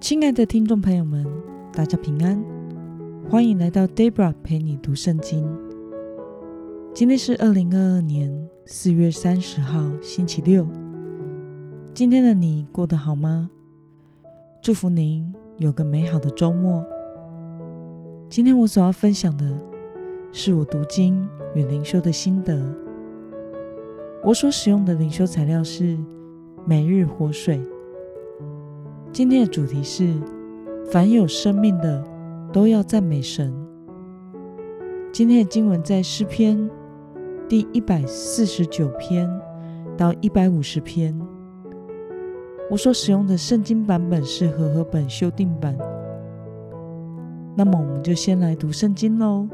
亲爱的听众朋友们，大家平安，欢迎来到 Debra 陪你读圣经。今天是2022年4月30号星期六。今天的你过得好吗？祝福您有个美好的周末。今天我所要分享的是我读经与灵修的心得。我所使用的灵修材料是每日活水。今天的主题是凡有生命的都要赞美神。今天的经文在诗篇第149篇到150篇。我所使用的圣经版本是和合本修订版。那么我们就先来读圣经咯。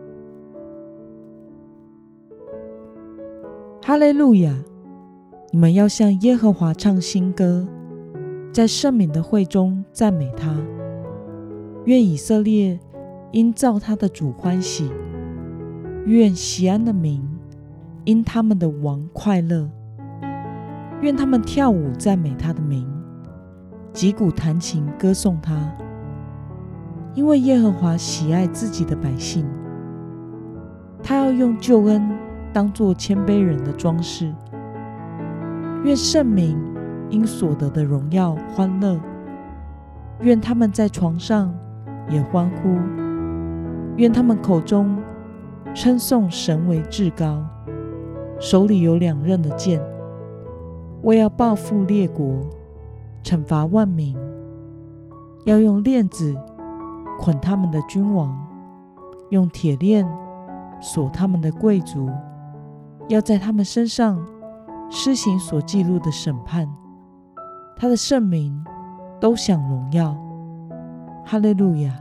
哈利路亚！你们要向耶和华唱新歌，在圣民的会中赞美他。愿以色列因造他的主欢喜，愿锡安的民因他们的王快乐。愿他们跳舞赞美他的名，击鼓弹琴歌颂他。因为耶和华喜爱自己的百姓，他要用救恩当作谦卑人的装饰。愿圣民因所得的荣耀欢乐，愿他们在床上也欢呼。愿他们口中称颂神为至高，手里有2刃的剑，为要报复列国，惩罚万民。要用链子捆他们的君王，用铁链锁他们的贵族，要在他们身上施行所记录的审判。他的圣名都享荣耀。哈利路亚！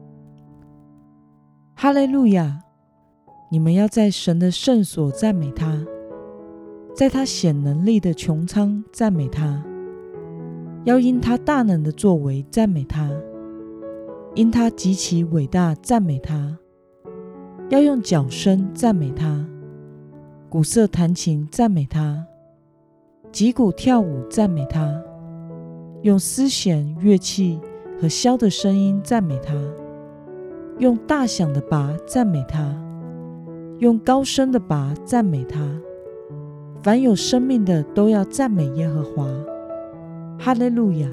哈利路亚！你们要在神的圣所赞美他，在他显能力的穹苍赞美他。要因他大能的作为赞美他，因他极其伟大赞美他。要用角声赞美他，鼓瑟弹琴赞美他，击鼓跳舞赞美他。用丝弦乐器和箫的声音赞美他，用大响的钹赞美他，用高声的钹赞美他。凡有生命的都要赞美耶和华。哈利路亚！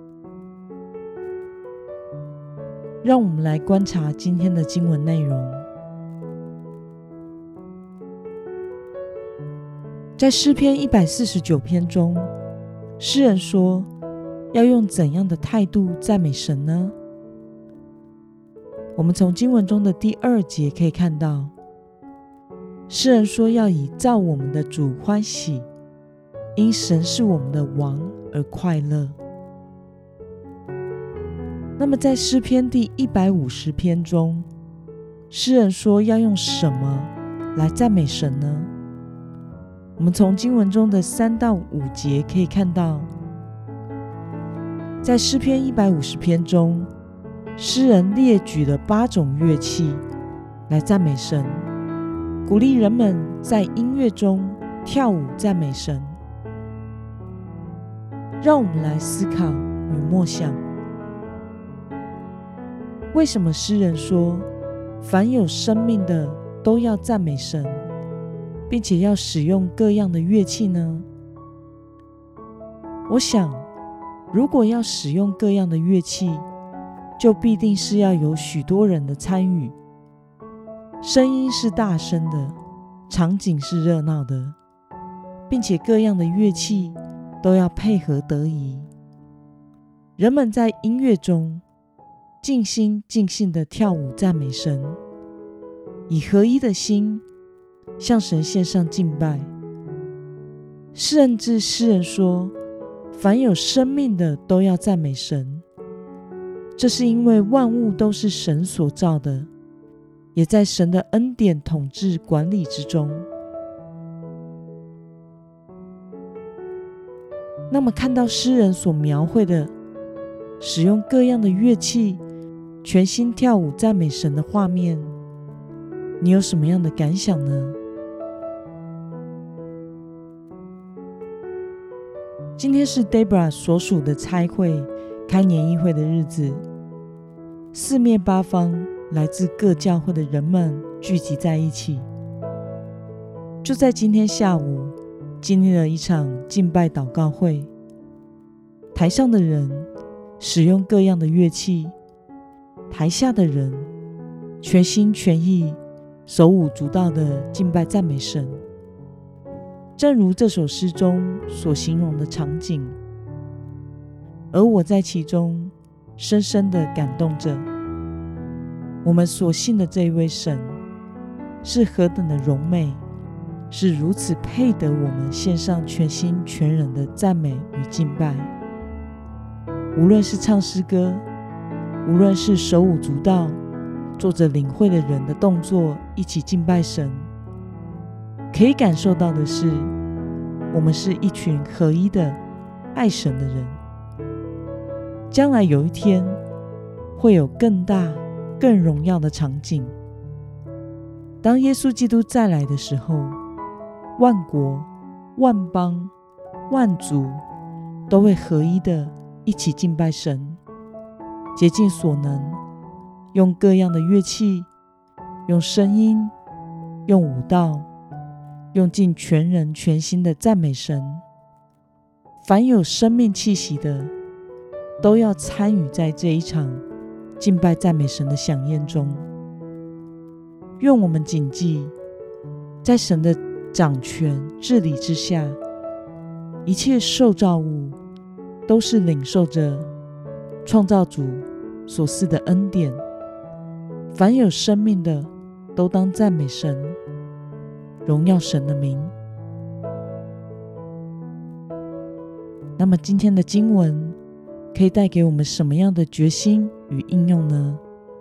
让我们来观察今天的经文内容。在诗篇149篇中，诗人说要用怎样的态度赞美神呢？我们从经文中的第2节可以看到，诗人说要以造我们的主欢喜，因神是我们的王而快乐。那么在诗篇第150篇中，诗人说要用什么来赞美神呢？我们从经文中的3到5节可以看到，在诗篇150篇中，诗人列举了8种乐器来赞美神，鼓励人们在音乐中跳舞赞美神。让我们来思考与默想，为什么诗人说凡有生命的都要赞美神，并且要使用各样的乐器呢？我想，如果要使用各样的乐器，就必定是要有许多人的参与，声音是大声的，场景是热闹的，并且各样的乐器都要配合得宜。人们在音乐中尽心尽性地跳舞赞美神，以合一的心向神献上敬拜。甚至诗人说，凡有生命的都要赞美神。这是因为万物都是神所造的，也在神的恩典统治管理之中。那么看到诗人所描绘的使用各样的乐器全心跳舞赞美神的画面，你有什么样的感想呢？今天是 Debra 所属的差会开年议会的日子，四面八方来自各教会的人们聚集在一起。就在今天下午，经历了一场敬拜祷告会。台上的人使用各样的乐器，台下的人全心全意、手舞足蹈地敬拜赞美神。正如这首诗中所形容的场景，而我在其中深深地感动着。我们所信的这一位神是何等的荣美，是如此配得我们献上全心全人的赞美与敬拜。无论是唱诗歌，无论是手舞足蹈，做着领会的人的动作一起敬拜神，可以感受到的是，我们是一群合一的爱神的人。将来有一天，会有更大更荣耀的场景。当耶稣基督再来的时候，万国、万邦、万族都会合一的一起敬拜神，竭尽所能，用各样的乐器，用声音，用舞蹈，用尽全人全心的赞美神。凡有生命气息的，都要参与在这一场敬拜赞美神的飨宴中。愿我们谨记，在神的掌权治理之下，一切受造物都是领受着创造主所赐的恩典。凡有生命的，都当赞美神，荣耀神的名。那么今天的经文可以带给我们什么样的决心与应用呢？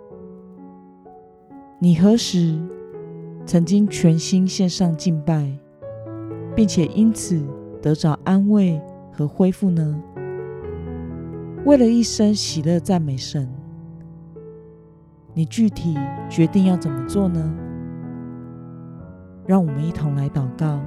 你何时曾经全心献上敬拜，并且因此得着安慰和恢复呢？为了一生喜乐赞美神，你具体决定要怎么做呢？让我们一同来祷告。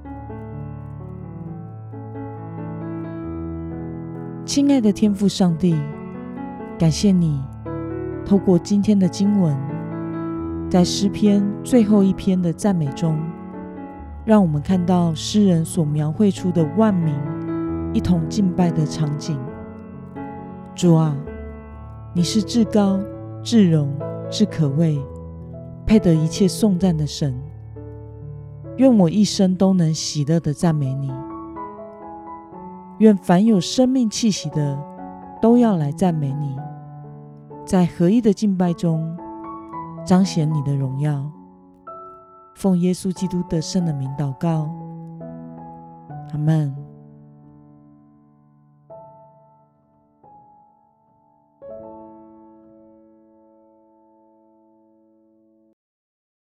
亲爱的天父上帝，感谢你透过今天的经文，在诗篇最后一篇的赞美中，让我们看到诗人所描绘出的万民一同敬拜的场景。主啊，你是至高、至荣、至可畏，配得一切颂赞的神。愿我一生都能喜乐地赞美你。愿凡有生命气息的，都要来赞美你，在合一的敬拜中彰显你的荣耀。奉耶稣基督得胜的名祷告，阿们。